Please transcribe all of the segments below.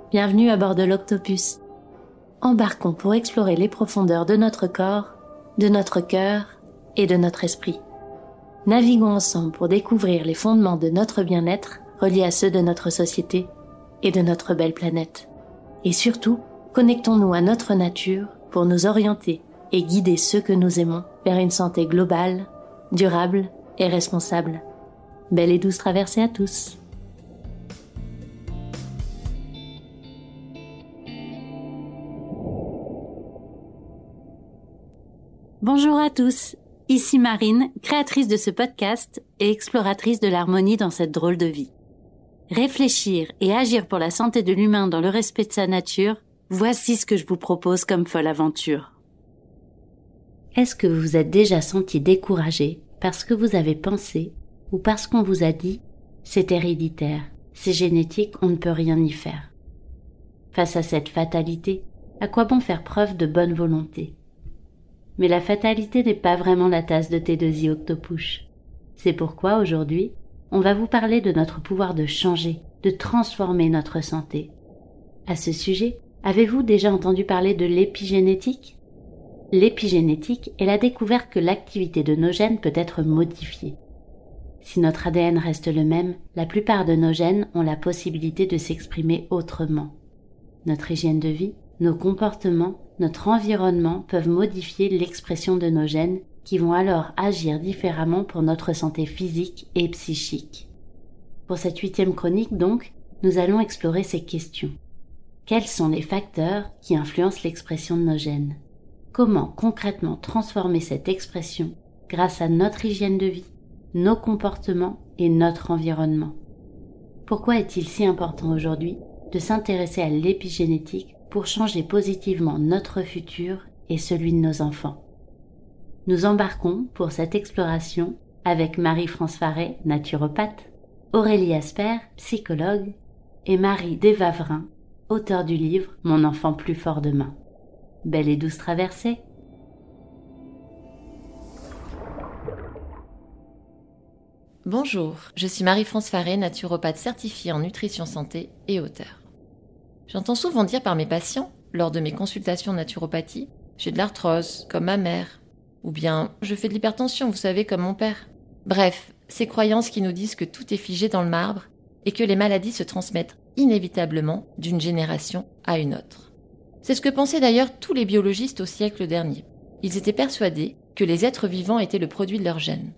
bienvenue à bord de l'Octopus. Embarquons pour explorer les profondeurs de notre corps, de notre cœur et de notre esprit. Naviguons ensemble pour découvrir les fondements de notre bien-être reliés à ceux de notre société et de notre belle planète. Et surtout, connectons-nous à notre nature pour nous orienter et guider ceux que nous aimons vers une santé globale, durable et responsable. Belle et douce traversée à tous. Bonjour à tous, ici Marine, créatrice de ce podcast et exploratrice de l'harmonie dans cette drôle de vie. Réfléchir et agir pour la santé de l'humain dans le respect de sa nature, voici ce que je vous propose comme folle aventure. Est-ce que vous vous êtes déjà senti découragé parce que vous avez pensé ou parce qu'on vous a dit « c'est héréditaire, c'est génétique, on ne peut rien y faire ». Face à cette fatalité, à quoi bon faire preuve de bonne volonté ? Mais la fatalité n'est pas vraiment la tasse de thé de The Octopus. C'est pourquoi aujourd'hui, on va vous parler de notre pouvoir de changer, de transformer notre santé. À ce sujet, avez-vous déjà entendu parler de l'épigénétique ? L'épigénétique est la découverte que l'activité de nos gènes peut être modifiée. Si notre ADN reste le même, la plupart de nos gènes ont la possibilité de s'exprimer autrement. Notre hygiène de vie, nos comportements, notre environnement peuvent modifier l'expression de nos gènes qui vont alors agir différemment pour notre santé physique et psychique. Pour cette 8e chronique donc, nous allons explorer ces questions. Quels sont les facteurs qui influencent l'expression de nos gènes ? Comment concrètement transformer cette expression grâce à notre hygiène de vie, nos comportements et notre environnement ? Pourquoi est-il si important aujourd'hui de s'intéresser à l'épigénétique pour changer positivement notre futur et celui de nos enfants? Nous embarquons pour cette exploration avec Marie-France Farret, naturopathe, Aurélie Asper, psychologue, et Marie Desvavrin, auteure du livre « Mon enfant plus fort demain ». Belle et douce traversée. Bonjour, je suis Marie-France Farret, naturopathe certifiée en nutrition santé et auteure. J'entends souvent dire par mes patients, lors de mes consultations de naturopathie, j'ai de l'arthrose, comme ma mère, ou bien je fais de l'hypertension, vous savez, comme mon père. Bref, ces croyances qui nous disent que tout est figé dans le marbre et que les maladies se transmettent inévitablement d'une génération à une autre. C'est ce que pensaient d'ailleurs tous les biologistes au siècle dernier. Ils étaient persuadés que les êtres vivants étaient le produit de leurs gènes.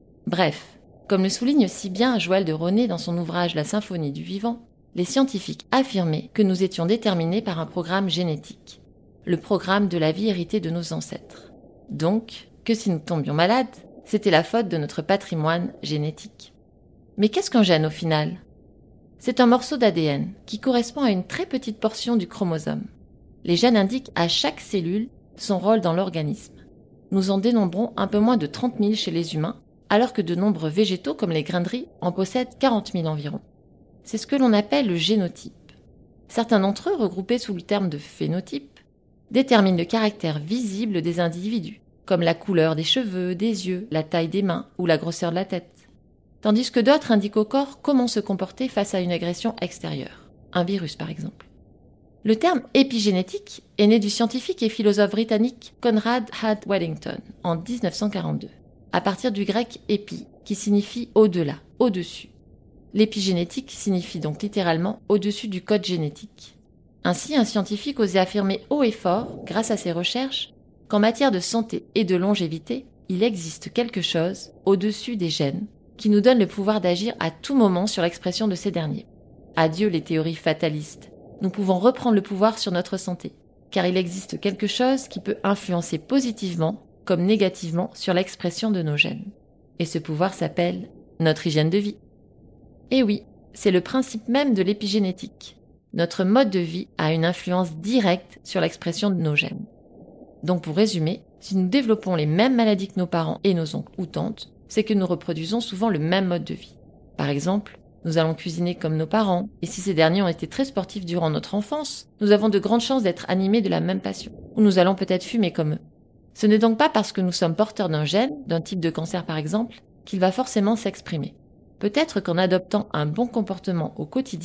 Bref, comme le souligne si bien Joël de Ronet dans son ouvrage La symphonie du vivant, les scientifiques affirmaient que nous étions déterminés par un programme génétique, le programme de la vie héritée de nos ancêtres. Donc, que si nous tombions malades, c'était la faute de notre patrimoine génétique. Mais qu'est-ce qu'un gène au final ? C'est un morceau d'ADN qui correspond à une très petite portion du chromosome. Les gènes indiquent à chaque cellule son rôle dans l'organisme. Nous en dénombrons un peu moins de 30 000 chez les humains, alors que de nombreux végétaux comme les grains de riz en possèdent 40 000 environ. C'est ce que l'on appelle le génotype. Certains d'entre eux, regroupés sous le terme de phénotype, déterminent le caractère visible des individus, comme la couleur des cheveux, des yeux, la taille des mains ou la grosseur de la tête. Tandis que d'autres indiquent au corps comment se comporter face à une agression extérieure, un virus par exemple. Le terme épigénétique est né du scientifique et philosophe britannique Conrad Hart Waddington en 1942, à partir du grec épi, qui signifie au-delà, au-dessus. L'épigénétique signifie donc littéralement au-dessus du code génétique. Ainsi, un scientifique osait affirmer haut et fort, grâce à ses recherches, qu'en matière de santé et de longévité, il existe quelque chose au-dessus des gènes qui nous donne le pouvoir d'agir à tout moment sur l'expression de ces derniers. Adieu les théories fatalistes. Nous pouvons reprendre le pouvoir sur notre santé, car il existe quelque chose qui peut influencer positivement comme négativement sur l'expression de nos gènes. Et ce pouvoir s'appelle notre hygiène de vie. Et oui, c'est le principe même de l'épigénétique. Notre mode de vie a une influence directe sur l'expression de nos gènes. Donc pour résumer, si nous développons les mêmes maladies que nos parents et nos oncles ou tantes, c'est que nous reproduisons souvent le même mode de vie. Par exemple, nous allons cuisiner comme nos parents, et si ces derniers ont été très sportifs durant notre enfance, nous avons de grandes chances d'être animés de la même passion. Ou nous allons peut-être fumer comme eux. Ce n'est donc pas parce que nous sommes porteurs d'un gène, d'un type de cancer par exemple, qu'il va forcément s'exprimer. Peut-être qu'en adoptant un bon comportement au quotidien,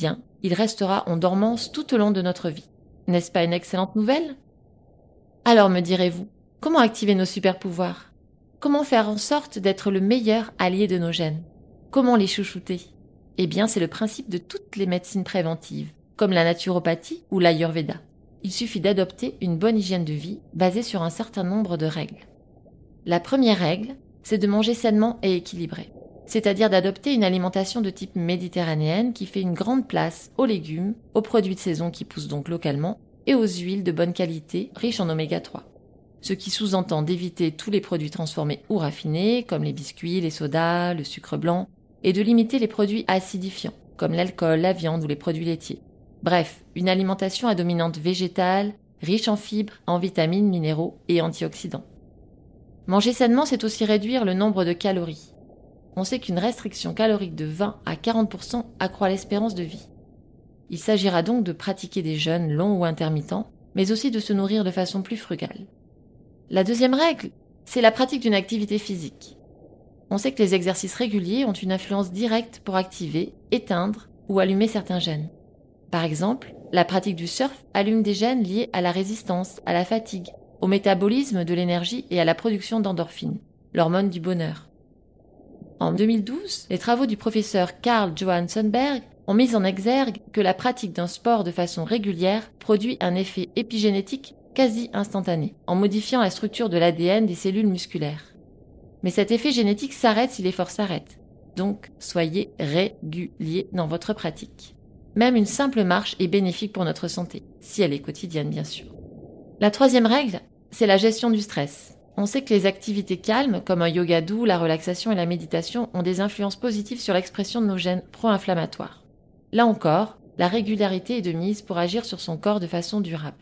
il restera en dormance tout au long de notre vie. N'est-ce pas une excellente nouvelle ? Alors me direz-vous, comment activer nos super-pouvoirs ? Comment faire en sorte d'être le meilleur allié de nos gènes ? Comment les chouchouter ? Eh bien, c'est le principe de toutes les médecines préventives, comme la naturopathie ou l'Ayurveda. Il suffit d'adopter une bonne hygiène de vie basée sur un certain nombre de règles. La première règle, c'est de manger sainement et équilibré, c'est-à-dire d'adopter une alimentation de type méditerranéenne qui fait une grande place aux légumes, aux produits de saison qui poussent donc localement et aux huiles de bonne qualité riches en oméga 3. Ce qui sous-entend d'éviter tous les produits transformés ou raffinés, comme les biscuits, les sodas, le sucre blanc, et de limiter les produits acidifiants, comme l'alcool, la viande ou les produits laitiers. Bref, une alimentation à dominante végétale, riche en fibres, en vitamines, minéraux et antioxydants. Manger sainement, c'est aussi réduire le nombre de calories. On sait qu'une restriction calorique de 20 à 40% accroît l'espérance de vie. Il s'agira donc de pratiquer des jeûnes longs ou intermittents, mais aussi de se nourrir de façon plus frugale. La deuxième règle, c'est la pratique d'une activité physique. On sait que les exercices réguliers ont une influence directe pour activer, éteindre ou allumer certains gènes. Par exemple, la pratique du surf allume des gènes liés à la résistance, à la fatigue, au métabolisme de l'énergie et à la production d'endorphines, l'hormone du bonheur. En 2012, les travaux du professeur Carl Johan Sundberg ont mis en exergue que la pratique d'un sport de façon régulière produit un effet épigénétique quasi instantané, en modifiant la structure de l'ADN des cellules musculaires. Mais cet effet génétique s'arrête si l'effort s'arrête. Donc, soyez réguliers dans votre pratique. Même une simple marche est bénéfique pour notre santé, si elle est quotidienne bien sûr. La troisième règle, c'est la gestion du stress. On sait que les activités calmes, comme un yoga doux, la relaxation et la méditation, ont des influences positives sur l'expression de nos gènes pro-inflammatoires. Là encore, la régularité est de mise pour agir sur son corps de façon durable.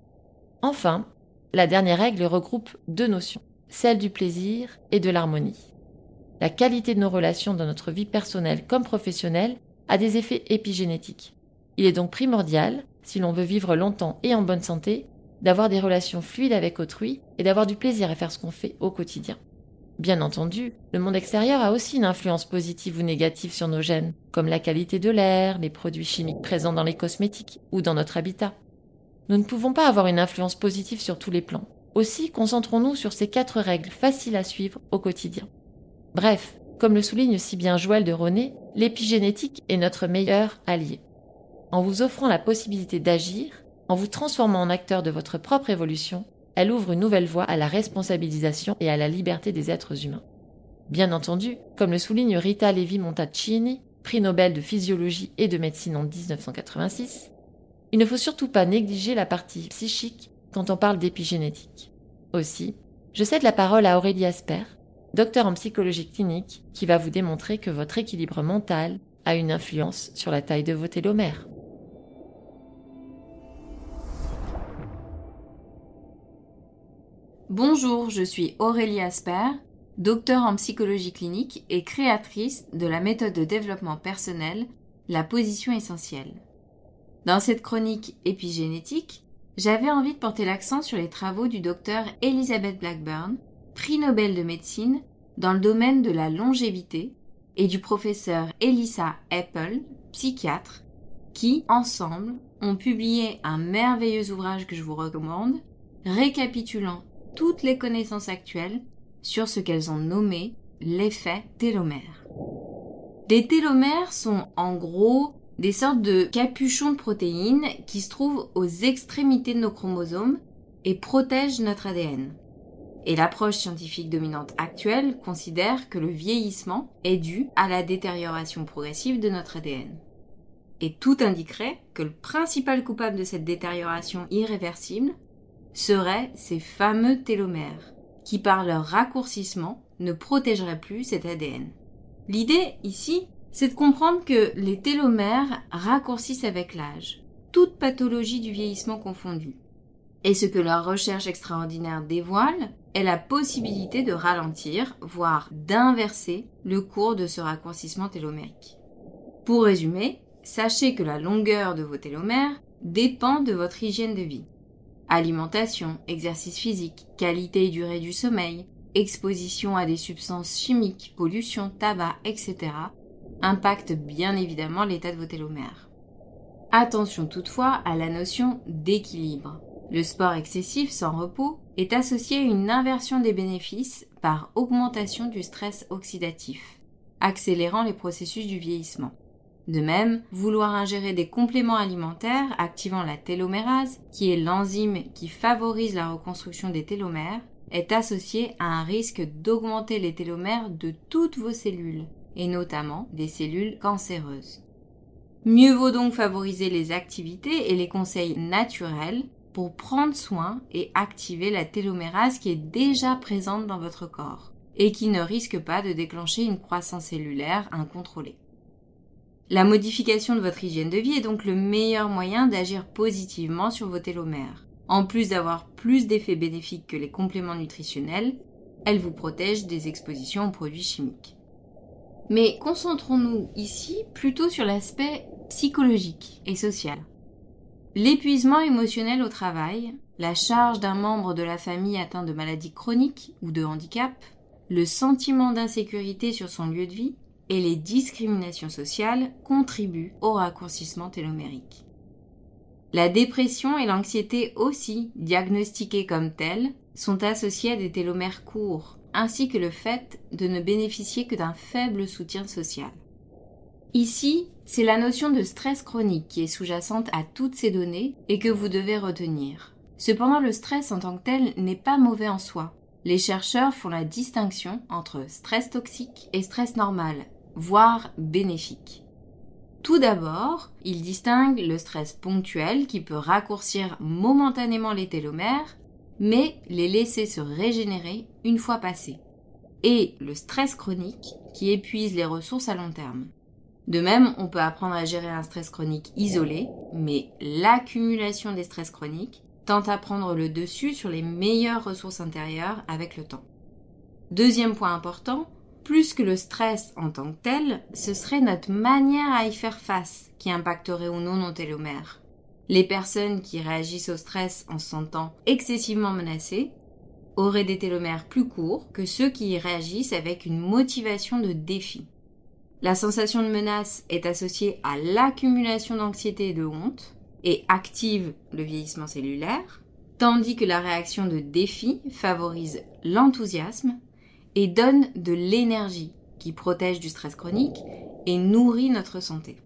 Enfin, la dernière règle regroupe deux notions, celle du plaisir et de l'harmonie. La qualité de nos relations dans notre vie personnelle comme professionnelle a des effets épigénétiques. Il est donc primordial, si l'on veut vivre longtemps et en bonne santé, d'avoir des relations fluides avec autrui et d'avoir du plaisir à faire ce qu'on fait au quotidien. Bien entendu, le monde extérieur a aussi une influence positive ou négative sur nos gènes, comme la qualité de l'air, les produits chimiques présents dans les cosmétiques ou dans notre habitat. Nous ne pouvons pas avoir une influence positive sur tous les plans. Aussi, concentrons-nous sur ces 4 règles faciles à suivre au quotidien. Bref, comme le souligne si bien Joël de Ronet, l'épigénétique est notre meilleur allié. En vous offrant la possibilité d'agir, en vous transformant en acteur de votre propre évolution, elle ouvre une nouvelle voie à la responsabilisation et à la liberté des êtres humains. Bien entendu, comme le souligne Rita Levi-Montalcini, prix Nobel de physiologie et de médecine en 1986, il ne faut surtout pas négliger la partie psychique quand on parle d'épigénétique. Aussi, je cède la parole à Aurélie Asper, docteur en psychologie clinique, qui va vous démontrer que votre équilibre mental a une influence sur la taille de vos télomères. Bonjour, je suis Aurélie Asper, docteur en psychologie clinique et créatrice de la méthode de développement personnel, la position essentielle. Dans cette chronique épigénétique, j'avais envie de porter l'accent sur les travaux du docteur Elizabeth Blackburn, prix Nobel de médecine dans le domaine de la longévité, et du professeur Elissa Epel, psychiatre, qui, ensemble, ont publié un merveilleux ouvrage que je vous recommande, récapitulant toutes les connaissances actuelles sur ce qu'elles ont nommé l'effet télomère. Les télomères sont en gros des sortes de capuchons de protéines qui se trouvent aux extrémités de nos chromosomes et protègent notre ADN. Et l'approche scientifique dominante actuelle considère que le vieillissement est dû à la détérioration progressive de notre ADN. Et tout indiquerait que le principal coupable de cette détérioration irréversible seraient ces fameux télomères, qui par leur raccourcissement ne protégeraient plus cet ADN. L'idée ici, c'est de comprendre que les télomères raccourcissent avec l'âge, toute pathologie du vieillissement confondue. Et ce que leur recherche extraordinaire dévoile est la possibilité de ralentir, voire d'inverser le cours de ce raccourcissement télomérique. Pour résumer, sachez que la longueur de vos télomères dépend de votre hygiène de vie. Alimentation, exercice physique, qualité et durée du sommeil, exposition à des substances chimiques, pollution, tabac, etc. impactent bien évidemment l'état de vos télomères. Attention toutefois à la notion d'équilibre. Le sport excessif sans repos est associé à une inversion des bénéfices par augmentation du stress oxydatif, accélérant les processus du vieillissement. De même, vouloir ingérer des compléments alimentaires activant la télomérase, qui est l'enzyme qui favorise la reconstruction des télomères, est associé à un risque d'augmenter les télomères de toutes vos cellules, et notamment des cellules cancéreuses. Mieux vaut donc favoriser les activités et les conseils naturels pour prendre soin et activer la télomérase qui est déjà présente dans votre corps et qui ne risque pas de déclencher une croissance cellulaire incontrôlée. La modification de votre hygiène de vie est donc le meilleur moyen d'agir positivement sur vos télomères. En plus d'avoir plus d'effets bénéfiques que les compléments nutritionnels, elle vous protège des expositions aux produits chimiques. Mais concentrons-nous ici plutôt sur l'aspect psychologique et social. L'épuisement émotionnel au travail, la charge d'un membre de la famille atteint de maladies chroniques ou de handicap, le sentiment d'insécurité sur son lieu de vie et les discriminations sociales contribuent au raccourcissement télomérique. La dépression et l'anxiété aussi, diagnostiquées comme telles, sont associées à des télomères courts, ainsi que le fait de ne bénéficier que d'un faible soutien social. Ici, c'est la notion de stress chronique qui est sous-jacente à toutes ces données et que vous devez retenir. Cependant, le stress en tant que tel n'est pas mauvais en soi. Les chercheurs font la distinction entre stress toxique et stress normal, voire bénéfique. Tout d'abord, ils distinguent le stress ponctuel qui peut raccourcir momentanément les télomères, mais les laisser se régénérer une fois passés, et le stress chronique qui épuise les ressources à long terme. De même, on peut apprendre à gérer un stress chronique isolé, mais l'accumulation des stress chroniques tend à prendre le dessus sur les meilleures ressources intérieures avec le temps. Deuxième point important, plus que le stress en tant que tel, ce serait notre manière à y faire face qui impacterait ou non nos télomères. Les personnes qui réagissent au stress en se sentant excessivement menacées auraient des télomères plus courts que ceux qui y réagissent avec une motivation de défi. La sensation de menace est associée à l'accumulation d'anxiété et de honte et active le vieillissement cellulaire, tandis que la réaction de défi favorise l'enthousiasme et donne de l'énergie qui protège du stress chronique et nourrit notre santé.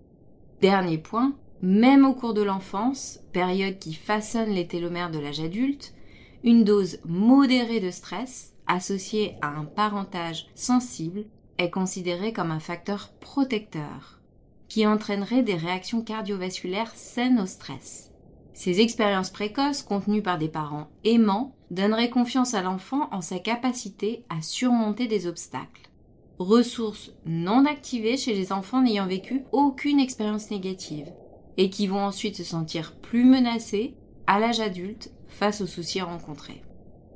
Dernier point, même au cours de l'enfance, période qui façonne les télomères de l'âge adulte, une dose modérée de stress associée à un parentage sensible est considéré comme un facteur protecteur qui entraînerait des réactions cardiovasculaires saines au stress. Ces expériences précoces contenues par des parents aimants donneraient confiance à l'enfant en sa capacité à surmonter des obstacles. Ressources non activées chez les enfants n'ayant vécu aucune expérience négative et qui vont ensuite se sentir plus menacés à l'âge adulte face aux soucis rencontrés.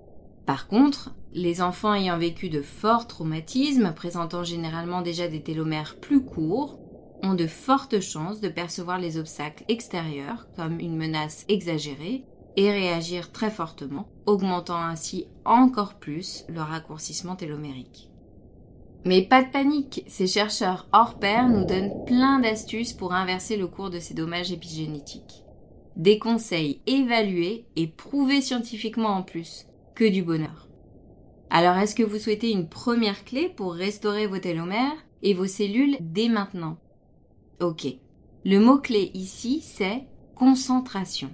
Par contre, les enfants ayant vécu de forts traumatismes, présentant généralement déjà des télomères plus courts, ont de fortes chances de percevoir les obstacles extérieurs comme une menace exagérée et réagir très fortement, augmentant ainsi encore plus le raccourcissement télomérique. Mais pas de panique, ces chercheurs hors pair nous donnent plein d'astuces pour inverser le cours de ces dommages épigénétiques. Des conseils évalués et prouvés scientifiquement en plus, que du bonheur. Alors est-ce que vous souhaitez une première clé pour restaurer vos télomères et vos cellules dès maintenant? Ok. Le mot-clé ici, c'est concentration.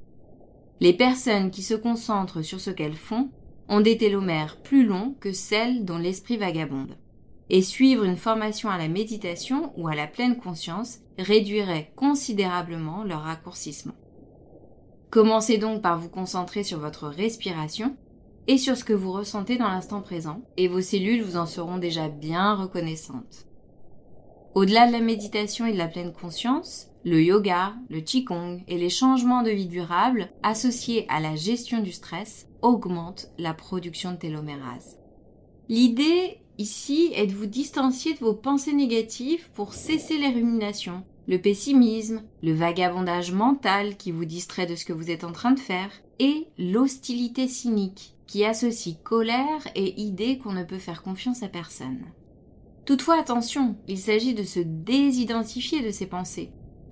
Les personnes qui se concentrent sur ce qu'elles font ont des télomères plus longs que celles dont l'esprit vagabonde. Et suivre une formation à la méditation ou à la pleine conscience réduirait considérablement leur raccourcissement. Commencez donc par vous concentrer sur votre respiration et sur ce que vous ressentez dans l'instant présent, et vos cellules vous en seront déjà bien reconnaissantes. Au-delà de la méditation et de la pleine conscience, le yoga, le qigong et les changements de vie durables associés à la gestion du stress augmentent la production de télomérase. L'idée ici est de vous distancier de vos pensées négatives pour cesser les ruminations, le pessimisme, le vagabondage mental qui vous distrait de ce que vous êtes en train de faire, et l'hostilité cynique qui associe colère et idée qu'on ne peut faire confiance à personne. Toutefois, attention, il s'agit de se désidentifier de ces pensées,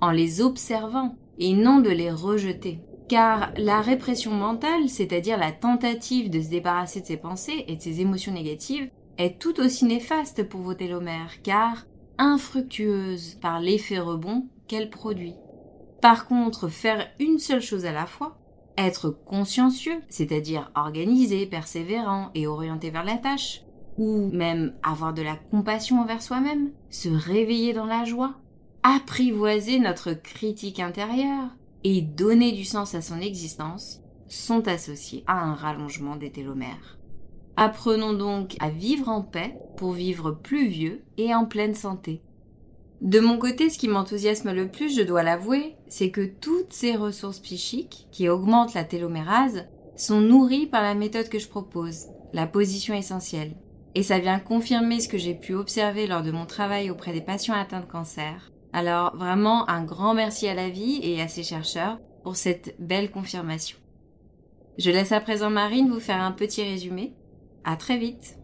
en les observant et non de les rejeter. Car la répression mentale, c'est-à-dire la tentative de se débarrasser de ses pensées et de ses émotions négatives, est tout aussi néfaste pour vos télomères, car infructueuse par l'effet rebond qu'elle produit. Par contre, faire une seule chose à la fois, être consciencieux, c'est-à-dire organisé, persévérant et orienté vers la tâche, ou même avoir de la compassion envers soi-même, se réveiller dans la joie, apprivoiser notre critique intérieure et donner du sens à son existence, sont associés à un rallongement des télomères. Apprenons donc à vivre en paix pour vivre plus vieux et en pleine santé. De mon côté, ce qui m'enthousiasme le plus, je dois l'avouer, c'est que toutes ces ressources psychiques qui augmentent la télomérase sont nourries par la méthode que je propose, la position essentielle. Et ça vient confirmer ce que j'ai pu observer lors de mon travail auprès des patients atteints de cancer. Alors vraiment un grand merci à la vie et à ses chercheurs pour cette belle confirmation. Je laisse à présent Marine vous faire un petit résumé. À très vite.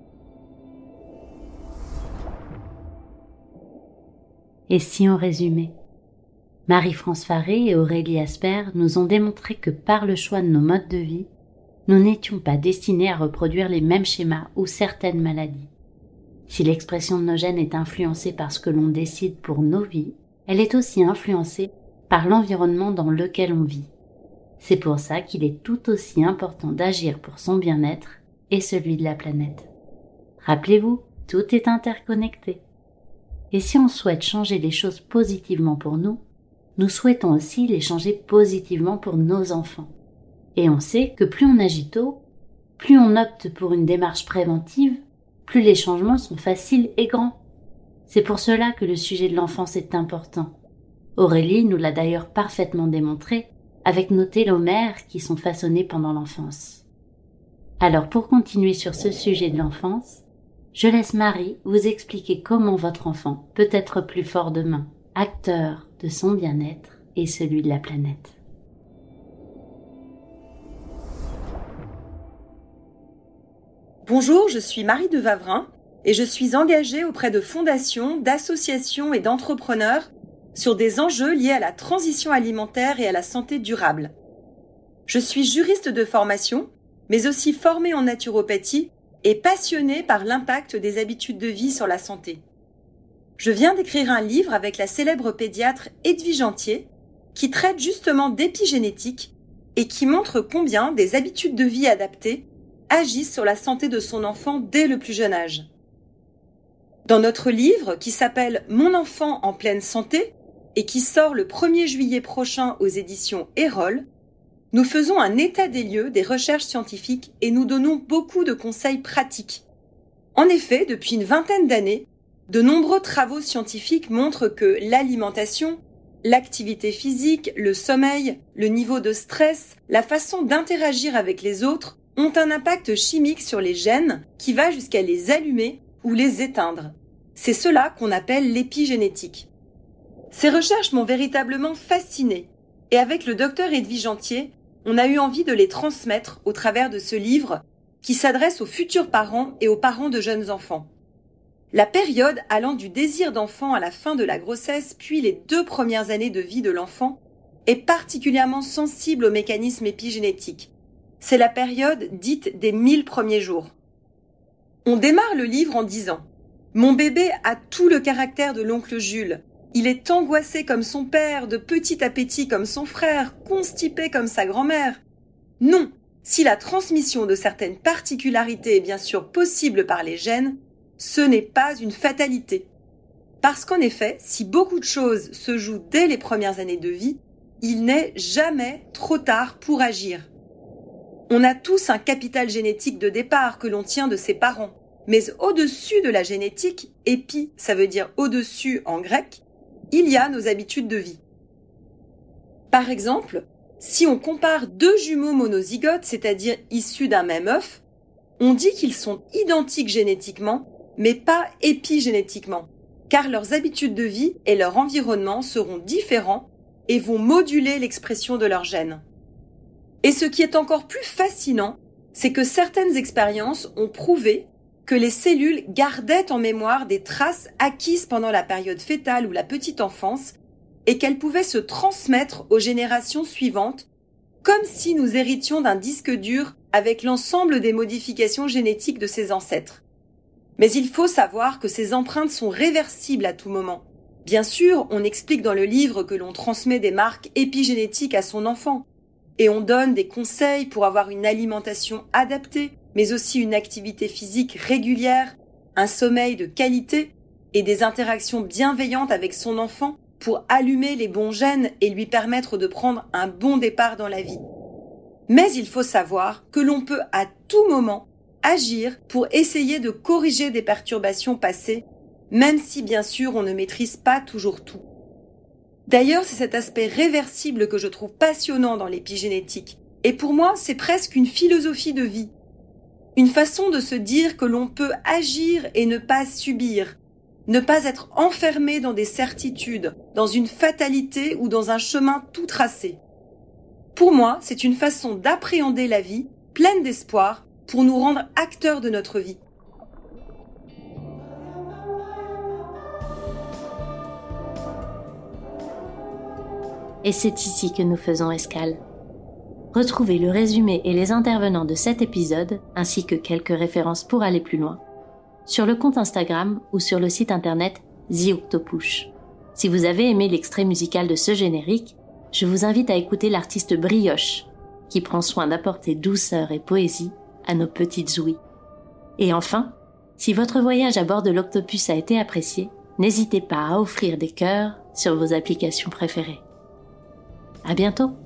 Et si on résumait ? Marie-France Faré et Aurélie Asper nous ont démontré que par le choix de nos modes de vie, nous n'étions pas destinés à reproduire les mêmes schémas ou certaines maladies. Si l'expression de nos gènes est influencée par ce que l'on décide pour nos vies, elle est aussi influencée par l'environnement dans lequel on vit. C'est pour ça qu'il est tout aussi important d'agir pour son bien-être et celui de la planète. Rappelez-vous, tout est interconnecté. Et si on souhaite changer les choses positivement pour nous, nous souhaitons aussi les changer positivement pour nos enfants. Et on sait que plus on agit tôt, plus on opte pour une démarche préventive, plus les changements sont faciles et grands. C'est pour cela que le sujet de l'enfance est important. Aurélie nous l'a d'ailleurs parfaitement démontré avec nos télomères qui sont façonnés pendant l'enfance. Alors pour continuer sur ce sujet de l'enfance, je laisse Marie vous expliquer comment votre enfant peut être plus fort demain, acteur de son bien-être et celui de la planète. Bonjour, je suis Marie de Wavrin et je suis engagée auprès de fondations, d'associations et d'entrepreneurs sur des enjeux liés à la transition alimentaire et à la santé durable. Je suis juriste de formation, mais aussi formée en naturopathie et passionnée par l'impact des habitudes de vie sur la santé. Je viens d'écrire un livre avec la célèbre pédiatre Edwige Antier qui traite justement d'épigénétique et qui montre combien des habitudes de vie adaptées agissent sur la santé de son enfant dès le plus jeune âge. Dans notre livre, qui s'appelle « Mon enfant en pleine santé » et qui sort le 1er juillet prochain aux éditions Erol, nous faisons un état des lieux des recherches scientifiques et nous donnons beaucoup de conseils pratiques. En effet, depuis une vingtaine d'années, de nombreux travaux scientifiques montrent que l'alimentation, l'activité physique, le sommeil, le niveau de stress, la façon d'interagir avec les autres ont un impact chimique sur les gènes qui va jusqu'à les allumer ou les éteindre. C'est cela qu'on appelle l'épigénétique. Ces recherches m'ont véritablement fascinée et avec le docteur Edwige Antier, on a eu envie de les transmettre au travers de ce livre qui s'adresse aux futurs parents et aux parents de jeunes enfants. La période allant du désir d'enfant à la fin de la grossesse puis les 2 premières années de vie de l'enfant est particulièrement sensible aux mécanismes épigénétiques. C'est la période dite des 1000 premiers jours. On démarre le livre en disant « Mon bébé a tout le caractère de l'oncle Jules. Il est angoissé comme son père, de petit appétit comme son frère, constipé comme sa grand-mère. Non, si la transmission de certaines particularités est bien sûr possible par les gènes, ce n'est pas une fatalité. Parce qu'en effet, si beaucoup de choses se jouent dès les premières années de vie, il n'est jamais trop tard pour agir. On a tous un capital génétique de départ que l'on tient de ses parents. Mais au-dessus de la génétique, épi, ça veut dire au-dessus en grec, il y a nos habitudes de vie. Par exemple, si on compare 2 jumeaux monozygotes, c'est-à-dire issus d'un même œuf, on dit qu'ils sont identiques génétiquement, mais pas épigénétiquement, car leurs habitudes de vie et leur environnement seront différents et vont moduler l'expression de leurs gènes. Et ce qui est encore plus fascinant, c'est que certaines expériences ont prouvé que les cellules gardaient en mémoire des traces acquises pendant la période fœtale ou la petite enfance et qu'elle pouvait se transmettre aux générations suivantes, comme si nous héritions d'un disque dur avec l'ensemble des modifications génétiques de ses ancêtres. Mais il faut savoir que ces empreintes sont réversibles à tout moment. Bien sûr, on explique dans le livre que l'on transmet des marques épigénétiques à son enfant, et on donne des conseils pour avoir une alimentation adaptée, mais aussi une activité physique régulière, un sommeil de qualité et des interactions bienveillantes avec son enfant pour allumer les bons gènes et lui permettre de prendre un bon départ dans la vie. Mais il faut savoir que l'on peut à tout moment agir pour essayer de corriger des perturbations passées, même si bien sûr on ne maîtrise pas toujours tout. D'ailleurs, c'est cet aspect réversible que je trouve passionnant dans l'épigénétique. Et pour moi, c'est presque une philosophie de vie. Une façon de se dire que l'on peut agir et ne pas subir, ne pas être enfermé dans des certitudes, dans une fatalité ou dans un chemin tout tracé. Pour moi, c'est une façon d'appréhender la vie, pleine d'espoir, pour nous rendre acteurs de notre vie. Et c'est ici que nous faisons escale. Retrouvez le résumé et les intervenants de cet épisode, ainsi que quelques références pour aller plus loin, sur le compte Instagram ou sur le site internet The Octopush. Si vous avez aimé l'extrait musical de ce générique, je vous invite à écouter l'artiste Brioche, qui prend soin d'apporter douceur et poésie à nos petites ouïes. Et enfin, si votre voyage à bord de l'Octopus a été apprécié, n'hésitez pas à offrir des cœurs sur vos applications préférées. À bientôt!